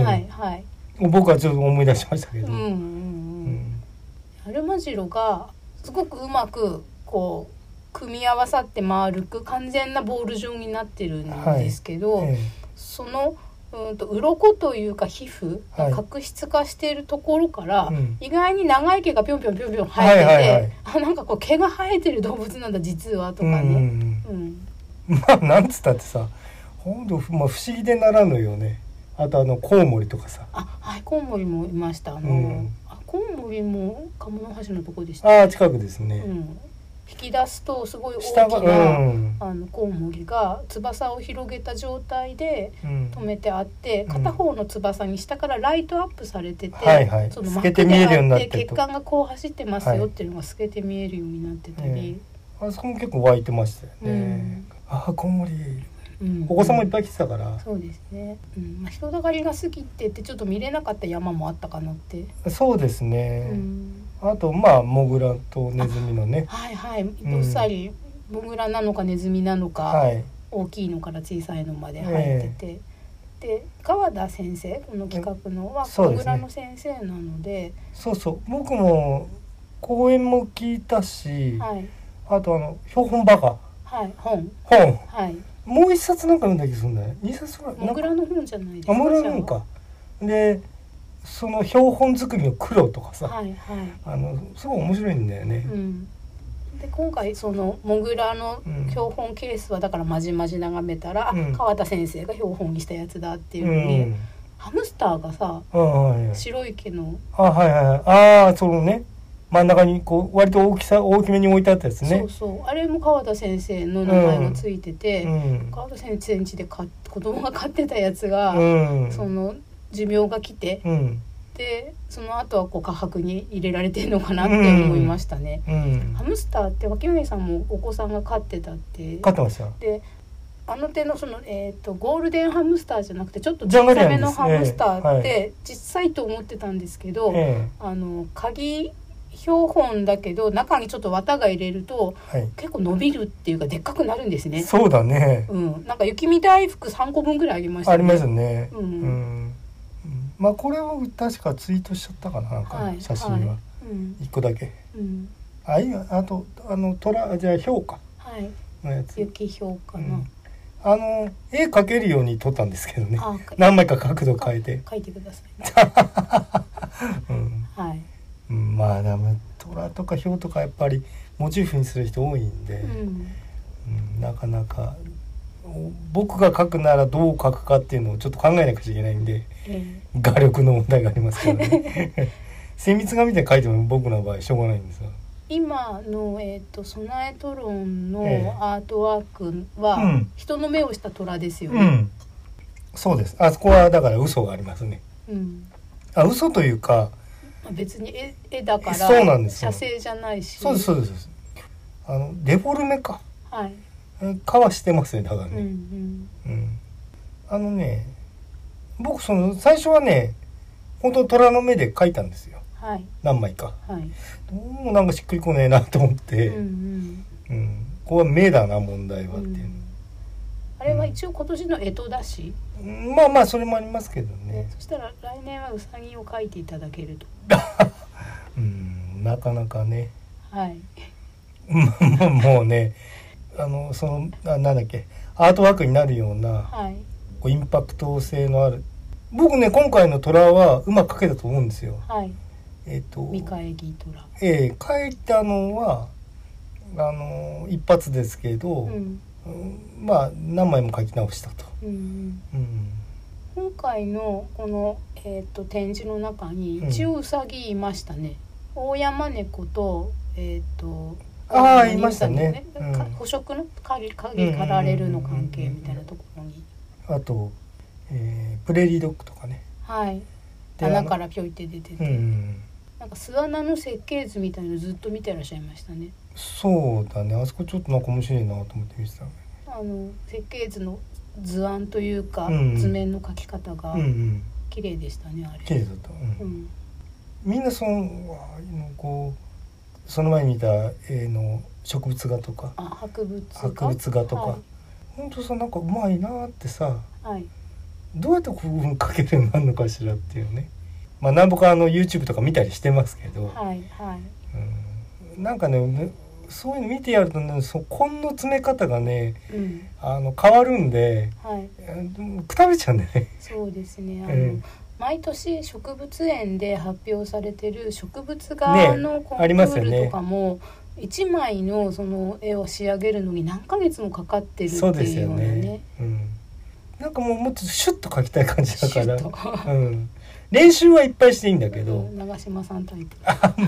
8、僕はちょっと思い出しましたけど、アルマジロがすごくうまくこう組み合わさって丸く完全なボール状になってるんですけど、その鱗というか皮膚が角質化しているところから、意外に長い毛がぴょんぴょん生えてて、なんかこう毛が生えてる動物なんだ実はとかね、 なんつったってさ、ほんと、不思議でならぬよね。あとコウモリとかさ、 コウモリもいました。コウモリもカモノハシのとこでした。 近くですね。 引き出すとすごい大きなコウモリが翼を広げた状態で止めてあって、片方の翼に下からライトアップされてて、その透けて見えるようになってる血管がこう走ってますよっていうのが透けて見えるようになってたり、 あそこも結構湧いてましたよね。コウモリ、お子さんもいっぱい来てたから。 そうですね。人だかりが過ぎててちょっと見れなかった山もあったかなって。 そうですね。あとモグラとネズミのね、 どっさりモグラなのかネズミなのか、大きいのから小さいのまで入ってて、で川田先生、この企画のはモグラの先生なので、 僕も講演も聞いたし、あと標本バカ、本、もう一冊なんか読んだ気がするんだよ。2冊ぐらい。 モグラの本じゃないですか。 モグラの本か。でその標本作りの苦労とかさ、すごい面白いんだよね。で今回そのモグラの標本ケースはだからまじまじ眺めたら、川田先生が標本にしたやつだっていうのに、ハムスターがさ、白い毛のそのね、真ん中にこう割と大きめに置いてあったやつね。あれも川田先生の名前がついてて、川田先生家で子供が飼ってたやつが、その寿命が来て、でその後はこう下白に入れられてるのかなって思いましたね。ハムスターって脇上さんもお子さんが飼ってたって。飼ってました。で手のその、ゴールデンハムスターじゃなくてちょっと小さめのハムスターって小さいと思ってたんですけど、鍵標本だけど中にちょっと綿が入れると、結構伸びるっていうかでっかくなるんですね。そうだね。なんか雪見大福3個分ぐらいありましたね。ありますね。これを確かツイートしちゃったかな、なんか写真は1個だけ。あと虎じゃあヒョウかのやつ。雪ヒョウかな。絵描けるように撮ったんですけどね。何枚か角度変えて。描いてください。でも虎とかヒョウとかやっぱりモチーフにする人多いんで、なかなか僕が描くならどう描くかっていうのをちょっと考えなくちゃいけないんで、画力の問題がありますからね精密画みたいに描いても僕の場合しょうがないんですよ。 今の、ソナエトロンのアートワークは、人の目をした虎ですよね、 そうです。あそこはだから嘘がありますね、嘘というか別に絵だからそうなんですよ、 写生じゃないし。 そうですそうです。デフォルメか、かはしてますねだからね、僕最初はね本当虎の目で描いたんですよ、何枚か、どうもなんかしっくりこねえなと思って、ここは目だな問題はっていう、 あれは一応今年の干支だし、 まあまあそれもありますけどね。 そしたら来年はウサギを描いていただけるとなかなかね、 もうねなんだっけアートワークになるような、インパクト性のある、僕ね今回の虎はうまく描けたと思うんですよ。 ミカエギトラ。 描いたのは一発ですけど、まあ何枚も描き直したと。 今回のこの、展示の中に一応ウサギいましたね。大山猫といましたね。 捕食の影刈られるの関係みたいなところに。あと、プレーリードッグとかね。 穴からピョイって出てて、なんか巣穴の設計図みたいのずっと見てらっしゃいましたね。 そうだね。あそこちょっとなんか面白いなと思って見てた。 設計図の図案というか、図面の描き方が綺麗でしたね、あれ。 綺麗だった。みんなこうその前に見た絵の植物画とか、 博物画とか、本当さなんかうまいなってさ、どうやってこういうふうに描けるようになるのかしらっていうね。まあ何ぼかYouTube とか見たりしてますけど、なんかねそういうの見てやるとね、根の詰め方がね、変わるんで、くたびちゃうんでね。 そうですね。毎年植物園で発表されてる植物画のコンクールとかも、1枚のその絵を仕上げるのに何ヶ月もかかってるっていうようなね。 なんかもっとシュッと描きたい感じだから、練習はいっぱいしていいんだけど、 長嶋さんタイプ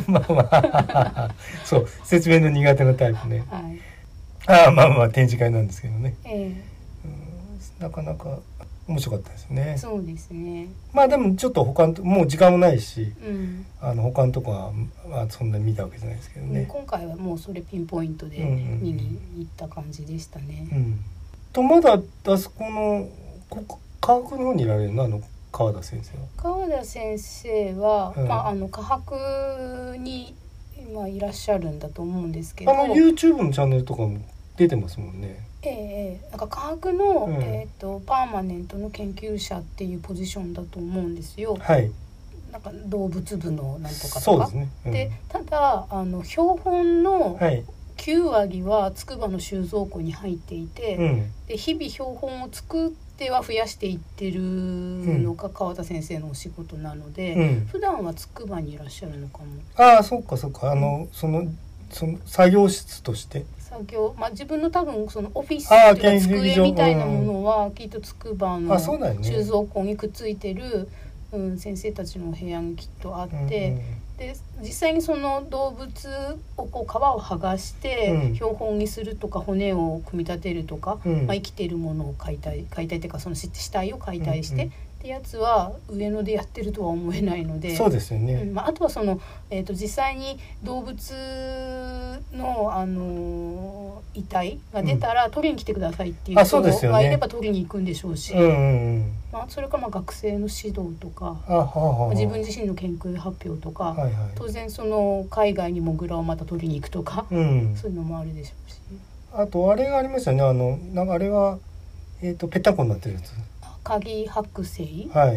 そう説明の苦手なタイプね。まあ展示会なんですけどね、なかなか面白かったですね。 そうですね。 まあでもちょっと他のもう時間もないし、他のとこはそんなに見たわけじゃないですけどね。 今回はもうそれピンポイントで見に行った感じでしたね。 まだあそこの科学の方にいられるの川田先生は。 川田先生は、科学に今いらっしゃるんだと思うんですけど、 YouTube のチャンネルとかも出てますもんね。 なんか科学の、パーマネントの研究者っていうポジションだと思うんですよ。なんか動物部のなんとかとか。 そうですね。 でただ標本の9割は筑波の収蔵庫に入っていて、で日々標本を作っては増やしていってるのが川田先生のお仕事なので、普段は筑波にいらっしゃるのかも。 そうかその作業室として自分の多分そのオフィスというか机みたいなものはきっと筑波の収蔵庫にくっついてる、先生たちの部屋にきっとあって、で実際にその動物を皮を剥がして標本にするとか、骨を組み立てるとか、生きているものを解体っていうかその死体を解体して、ってやつは上野でやってるとは思えないので。 そうですよね。 あとは実際に動物の遺体が出たら取りに来てくださいっていう人がいれば取りに行くんでしょうし、それから学生の指導とか、自分自身の研究発表とか、当然その海外にモグラをまた取りに行くとか、そういうのもあるでしょうし、 あとあれがありましたね。なんかあれはぺったんこになってるやつ。 鍵剥製、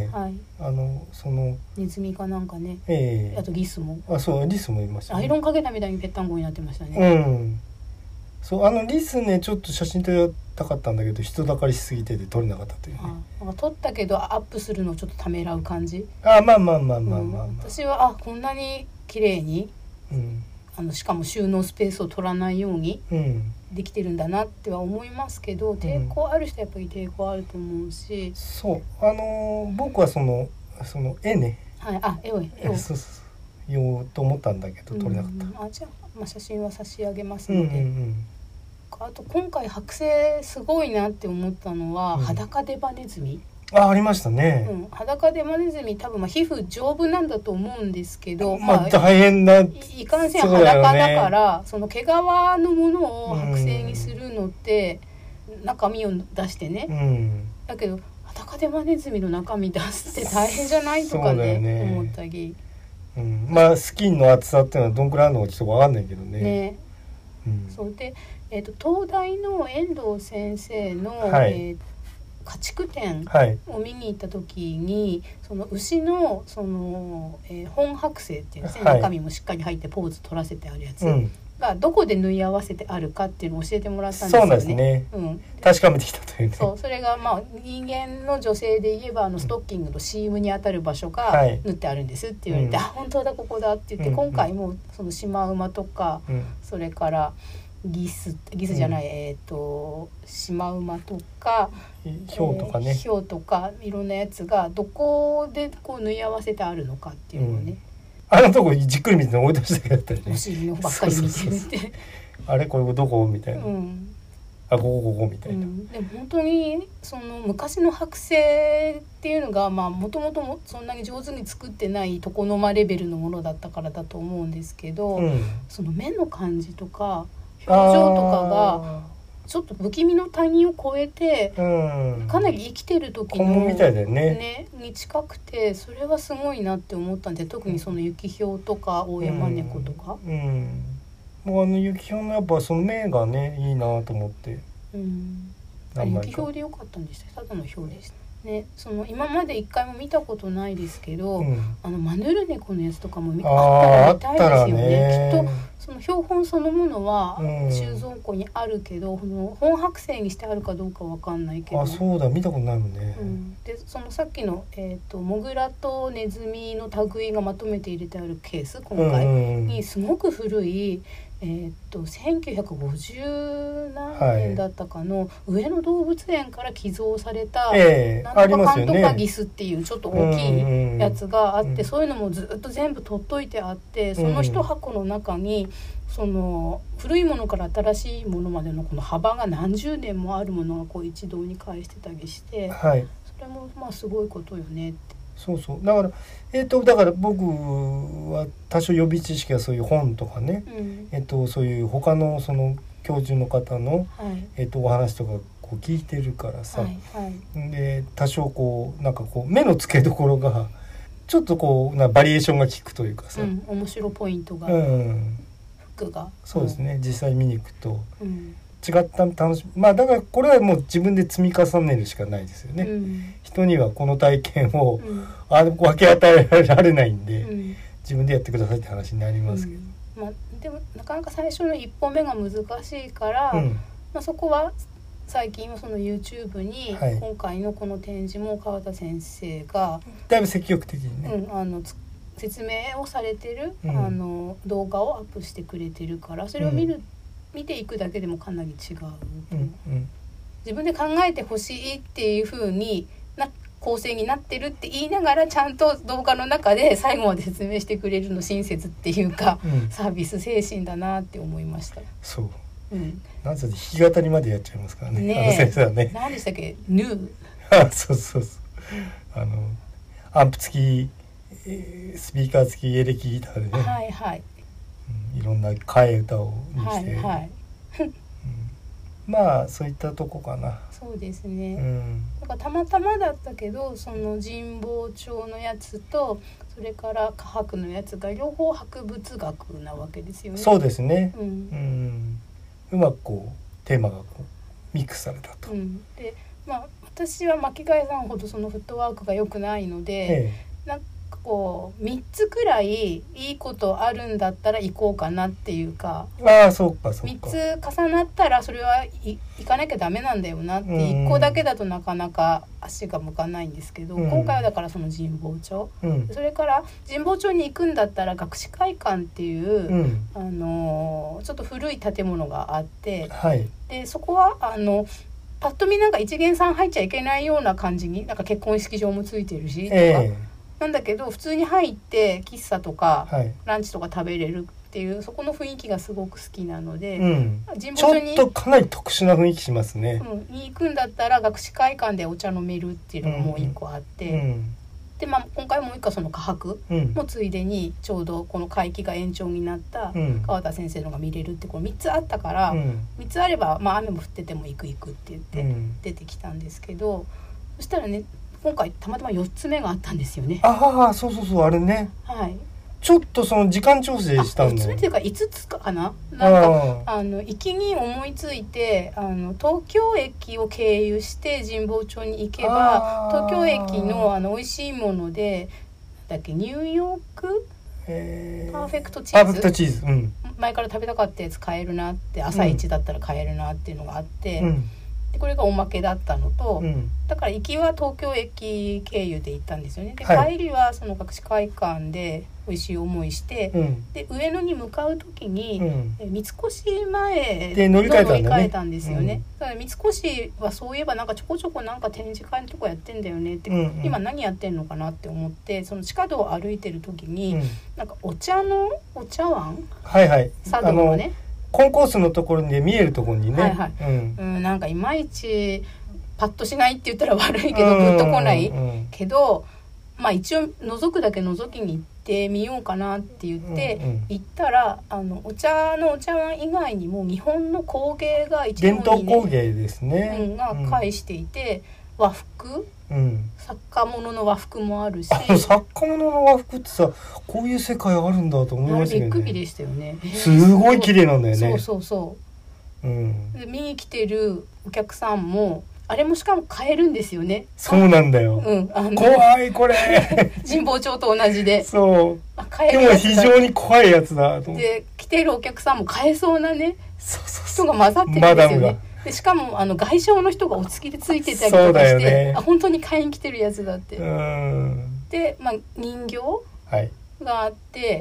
ネズミかなんかね、あとリスも、 そうリスもいましたね。 アイロンかけたみたいにぺったんこになってましたね。 そうリスねちょっと写真撮りたかったんだけど人だかりしすぎて撮れなかったというね。 撮ったけどアップするのをちょっとためらう感じ。 まあ、 私はこんなに綺麗に、 しかも収納スペースを取らないようにできてるんだなっては思いますけど、抵抗ある人はやっぱり抵抗あると思うし、 そう僕はその絵ね、 はい、絵をそう言おうと思ったんだけど撮れなかった。 じゃあ、写真は差し上げますので、あと今回剥製すごいなって思ったのは、裸デバネズミ。 ありましたね、 裸デバネズミ多分皮膚丈夫なんだと思うんですけど、 大変な、 いかんせん裸だから、その毛皮のものを剥製にするのって、中身を出してね、だけど裸デバネズミの中身出すって大変じゃないとかね思ったり、 スキンの厚さっていうのはどんくらいあるのかちょっと分かんないけどね。 そうで、東大の遠藤先生の、家畜展を見に行った時に、その牛の本剥製っていうんですね、中身もしっかり入ってポーズ取らせてあるやつがどこで縫い合わせてあるかっていうのを教えてもらったんですよね。 そうですね、確かめてきたというね。 それが人間の女性で言えばストッキングのシームにあたる場所が縫ってあるんですって言われて、本当だここだって言って、今回もそのシマウマとか、それからギスじゃない、シマウマとかヒョウとかね、 ヒョウとかいろんなやつがどこでこう縫い合わせてあるのかっていうのをね、 とこじっくり見て思い出したけどだったりね、 お尻のばっかり見てるってあれこれどこみたいな、ここみたいな、 でも本当にその昔の剥製っていうのがもともとそんなに上手に作ってない床の間レベルのものだったからだと思うんですけど、その目の感じとか表情とかがちょっと不気味の谷を越えて、かなり生きてる時のみたいだよね、 に近くて、それはすごいなって思ったんで、特にそのユキヒョウとかオオヤマネコとか、 もうユキヒョウのやっぱその目がねいいなと思って、 ユキヒョウでよかったんでした。ただのヒョウでしたね。その今まで一回も見たことないですけど、マヌルネコのやつとかもあったら見たいですよね。きっとその標本そのものは収蔵庫にあるけど、本剥製にしてあるかどうかわかんないけど、 そうだ、見たことないもんね。 でそのさっきの、モグラとネズミの類がまとめて入れてあるケース、今回にすごく古い1950何年だったかの上野動物園から寄贈された、なんとかかんとかギスっていうちょっと大きいやつがあって、そういうのもずっと全部取っといてあって、その一箱の中にその古いものから新しいものまでのこの幅が何十年もあるものがこう一堂に会してたりして、それもすごいことよねって。 そうだからだから僕は多少予備知識はそういう本とかね、そういう他のその教授の方の、お話とかこう聞いてるからさ、で多少こうなんかこう目の付けどころがちょっとこうバリエーションが効くというかさ、 面白ポイントが、服がそうですね、実際見に行くと違った楽しみ、だからこれはもう自分で積み重ねるしかないですよね、人にはこの体験を、分け与えられないんで、自分でやってくださいって話になりますけど、 でもなかなか最初の一歩目が難しいから、そこは最近はその YouTube に、今回のこの展示も川田先生がだいぶ積極的にね、 説明をされてる、動画をアップしてくれてるから、それを見ていくだけでもかなり違う、自分で考えてほしいっていう風に構成になってるって言いながら、ちゃんと動画の中で最後まで説明してくれるの親切っていうか、サービス精神だなって思いました。 そう、なんせ弾き語りまでやっちゃいますからね、先生はね。 何でしたっけ、ヌーそうアンプ付きスピーカー付きエレキギターでね、いろんな替え歌をにして、そういったとこかな。 そうですね、なんかたまたまだったけど、その神保町のやつとそれから科博のやつが両方博物学なわけですよね。 そうですね、うまくこうテーマがこうミックスされたと、 で私は巻貝さんほどそのフットワークが良くないので、 こう3つくらいいいことあるんだったら行こうかなっていうか、 そうかそうか、 3つ重なったらそれは行かなきゃダメなんだよなって、1個だけだとなかなか足が向かないんですけど、今回はだからその神保町、それから神保町に行くんだったら学士会館っていう、ちょっと古い建物があって、でそこはパッと見なんか一見さん入っちゃいけないような感じに、なんか結婚式場もついてるしとか、なんだけど普通に入って喫茶とか、ランチとか食べれるっていうそこの雰囲気がすごく好きなので、 神保町にちょっとかなり特殊な雰囲気しますね、 に行くんだったら学士会館でお茶飲めるっていうのがもう一個あって、で今回もう一個その科博もついでにちょうどこの会期が延長になった川田先生のが見れるってこの3つあったから、3つあれば、雨も降ってても行くって言って出てきたんですけど、そしたらね今回たまたま4つ目があったんですよね。 そうあれね、ちょっとその時間調整したんだ。4 つ目っていうか5つかな、なんか行きに思いついて東京駅を経由して神保町に行けば東京駅の美味しいものでだっけニューヨーク、パーフェクトチーズ、前から食べたかったやつ買えるなって、朝一だったら買えるなっていうのがあって、でこれがおまけだったのと、だから行きは東京駅経由で行ったんですよね。で、帰りはその学士会館で美味しい思いして、で上野に向かう時に、三越前で乗り換えたんですよね。だから三越はそういえばなんかちょこちょこなんか展示会のとこやってんだよねって、今何やってんのかなって思って、その地下道を歩いてる時に、なんかお茶碗、茶道のね、 コンコースのところに見えるところにね、 なんかいまいちパッとしないって言ったら悪いけど、グッと来ないけど、一応覗くだけ覗きに行ってみようかなって言って行ったら、お茶碗以外にも日本の工芸が一伝統工芸ですね、 が介していて、和服、作家物の和服もあるし、 作家物の和服ってさ、こういう世界あるんだと思いましたけどね。 びっくりでしたよね。 すごい綺麗なんだよね。 そう、で見に来てるお客さんもあれもしかも買えるんですよね。 そうなんだよ、怖いこれ神保町と同じで、 そうでも非常に怖いやつだと思って、 で来てるお客さんも買えそうなね、人が混ざってるんですよね。でしかも外商の人がお付きでついてたりとかして、本当に買いに来てるやつだって。で、人形があって、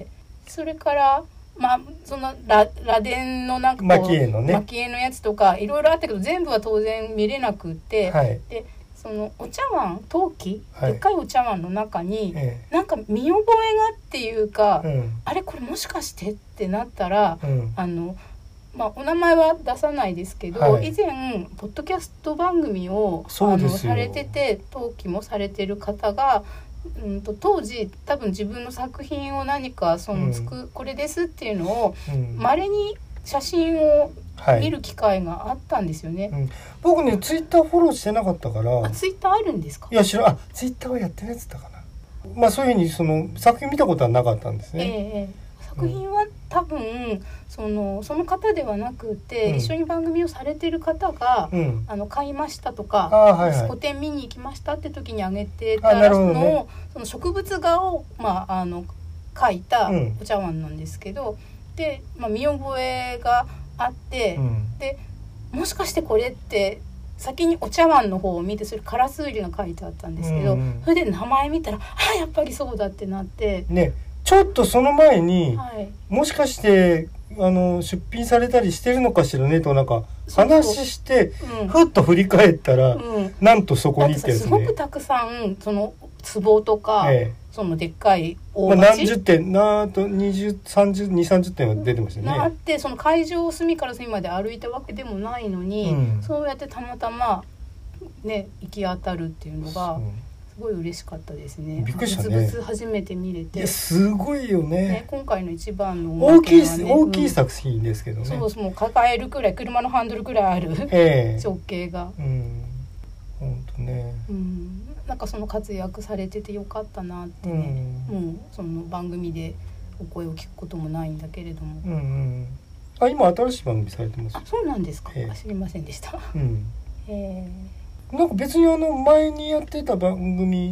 それからその螺鈿のなんかこう蒔絵のやつとかいろいろあったけど、全部は当然見れなくって、でそのお茶碗陶器、でっかいお茶碗の中に、なんか見覚えがっていうか、あれこれもしかしてってなったら、お名前は出さないですけど、以前ポッドキャスト番組をされてて、陶器もされてる方が、当時多分自分の作品を何かこれですっていうのを稀に写真を見る機会があったんですよね。 僕ねツイッターフォローしてなかったから。 ツイッターあるんですか？ いやツイッターはやってないやつだかな。そういうふうにその作品見たことはなかったんですね。 作品は多分その方ではなくて、一緒に番組をされてる方が、買いましたとか、個展見に行きましたって時にあげてたのを、その植物画を描いたお茶碗なんですけど、で、見覚えがあって、でもしかしてこれって先にお茶碗の方を見て、それカラスウリが書いてあったんですけど、それで名前見たらやっぱりそうだってなってね。ちょっとその前に、もしかして出品されたりしてるのかしらねとなんか話してふっと振り返ったら、なんとそこにってやつね。 すごくたくさんその壺とか、そのでっかい大鉢、 何十点2030点は出てましたね。 あって、その会場を隅から隅まで歩いたわけでもないのに、そうやってたまたまね行き当たるっていうのがすごい嬉しかったですね。 びっくりしたね。 物々初めて見れて。 すごいよね。 今回の一番の大きい作品ですけどね。 そうもう抱えるくらい、車のハンドルくらいある、直径が。 本当ね。 なんかその活躍されててよかったなってね。もうその番組でお声を聞くこともないんだけれども。 今新しい番組されてます。 そうなんですか。知りませんでした。 なんか別に前にやってた番組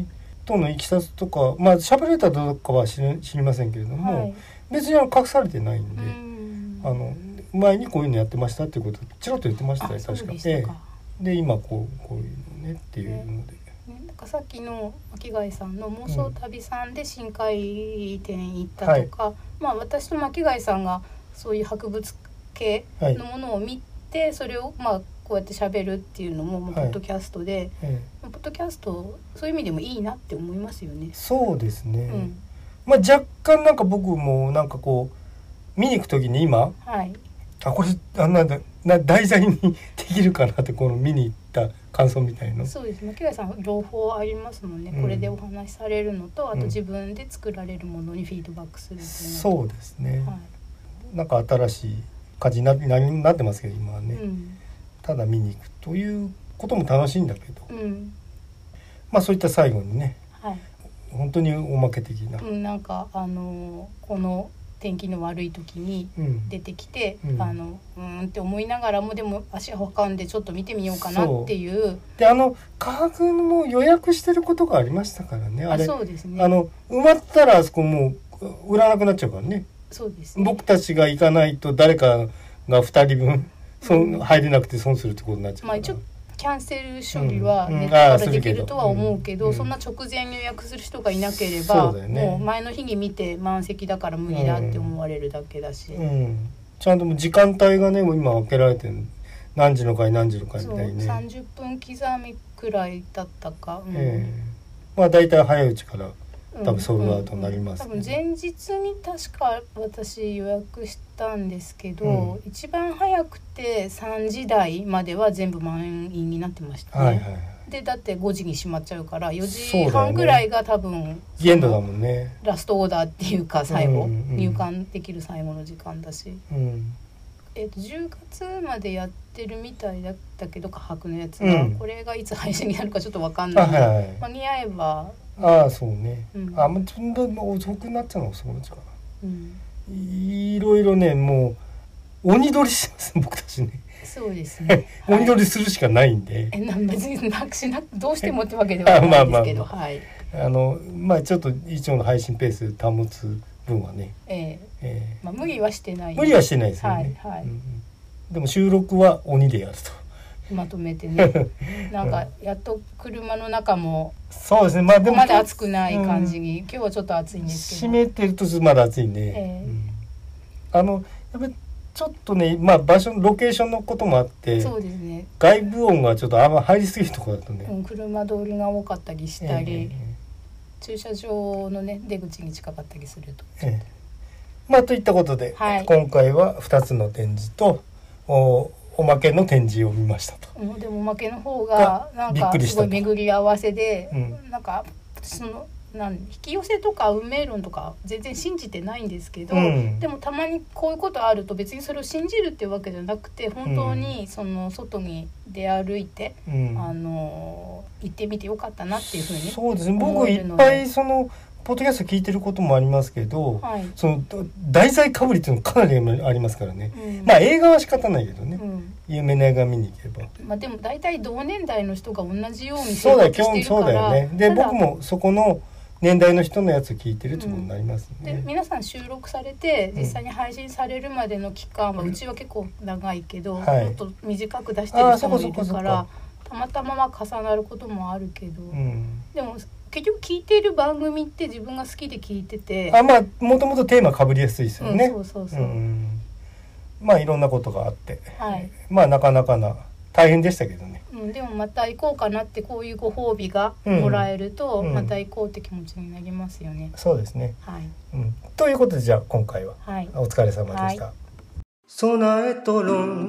とのいきさつとか、まあ喋れたかどうかは知りませんけれども、はい、別に隠されてないんで、前にこういうのやってましたっていうことちらっと言ってましたね、確かに。で今こういうのねっていうので、 なんかさっきの巻貝さんの妄想旅さんで深海店行ったとか、まあ私と巻貝さんがそういう博物系のものを見て、それをまあこうやって喋るっていうのもポッドキャストで、ポッドキャストそういう意味でもいいなって思いますよね。 そうですね、まあ若干なんか僕もなんかこう見に行くときに今、これ題材にできるかなってこの見に行った感想みたいな。 そうです。巻貝さん両方ありますもんね、これでお話しされるのと、あと自分で作られるものにフィードバックするっていうのと、 そうですね、なんか新しい感じになってますけど今はね、ただ見に行くということも楽しいんだけど、まあそういった最後にね、本当におまけ的な、 なんかこの天気の悪い時に出てきて、って思いながらもでも足を運んでちょっと見てみようかなっていう。 で価格も予約してることがありましたからね、あれ。 そうですね。 埋まったらあそこもう売らなくなっちゃうからね。 そうですね。 僕たちが行かないと誰かが2人分入れなくて損するってことになっちゃうから。 一応キャンセル処理はネットからできるとは思うけど、そんな直前に予約する人がいなければ、もう前の日に見て満席だから無理だって思われるだけだし、 ちゃんと時間帯がねもう今分けられてる、何時の回何時の回みたいにね、 30分刻みくらいだったか、 まあ大体早いうちから多分ソールドアウトになります、 多分前日に確か私予約したんですけど、一番早くて3時台までは全部満員になってましたね、でだって5時に閉まっちゃうから4時半ぐらいが多分限度だもんね、 ラストオーダーっていうか最後、入館できる最後の時間だし、10月までやってるみたいだったけど価格のやつが、これがいつ配信になるかちょっと分かんない、間に合えばそうね、もうちょっと遅くなっちゃうの遅くなっちゃうかな、いろいろねもう鬼取りしてます僕たちね。 そうですね鬼取りするしかないんで、 別にどうしてもってわけではないんですけど、 まあちょっと一応の配信ペース保つ分はね、 無理はしてない、 無理はしてないですよね、でも収録は鬼でやるとまとめてねなんかやっと車の中もそうですね、まあでもまだ暑くない感じに、今日はちょっと暑いんですけど、 閉めてるとまだ暑いね、やっぱりちょっとね、まあ場所ロケーションのこともあって、 そうですね、 外部音がちょっとあんま入りすぎるところだとね、 車通りが多かったりしたり、駐車場のね出口に近かったりすると、 まあといったことで、今回は2つの展示とおまけの展示を見ましたと。 でもおまけの方がなんかすごい巡り合わせで、なんか引き寄せとか運命論とか全然信じてないんですけど、でもたまにこういうことあると別にそれを信じるっていうわけじゃなくて、本当にその外に出歩いて、行ってみてよかったなっていうふうにそうですね、僕いっぱいそのポッドキャスト聞いてることもありますけど、その題材かぶりっていうのかなりありますからね、まあ映画は仕方ないけどね、有名な映画見に行けば、 でも大体同年代の人が同じように生活してるから、 そうだよね。で僕もそこの年代の人のやつ聞いてるってことになりますね、 で皆さん収録されて実際に配信されるまでの期間は、うちは結構長いけど、もっと短く出してる人もいるから、たまたまは重なることもあるけど、でも結局聞いている番組って自分が好きで聞いてて、 まあもともとテーマかぶりやすいですよね、 そうまあいろんなことがあって、まあなかなか大変でしたけどね、 でもまた行こうかなって、こういうご褒美がもらえるとまた行こうって気持ちになりますよね、 そうですね、ということでじゃあ今回はお疲れ様でした。備えとろん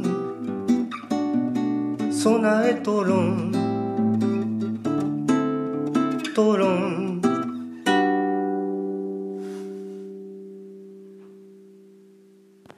備えとろんとろん